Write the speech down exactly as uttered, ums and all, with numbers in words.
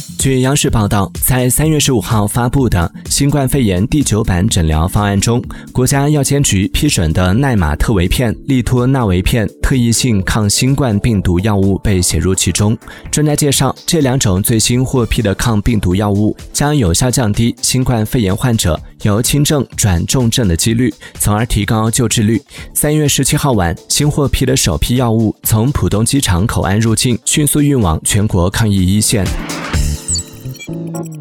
据央视报道，在三月十五号发布的新冠肺炎第九版诊疗方案中，国家药监局批准的奈玛特韦片、利托那韦片特异性抗新冠病毒药物被写入其中。专家介绍，这两种最新获批的抗病毒药物将有效降低新冠肺炎患者由轻症转重症的几率，从而提高救治率。三月十七号晚，新获批的首批药物从浦东机场口岸入境，迅速运往全国抗疫一线。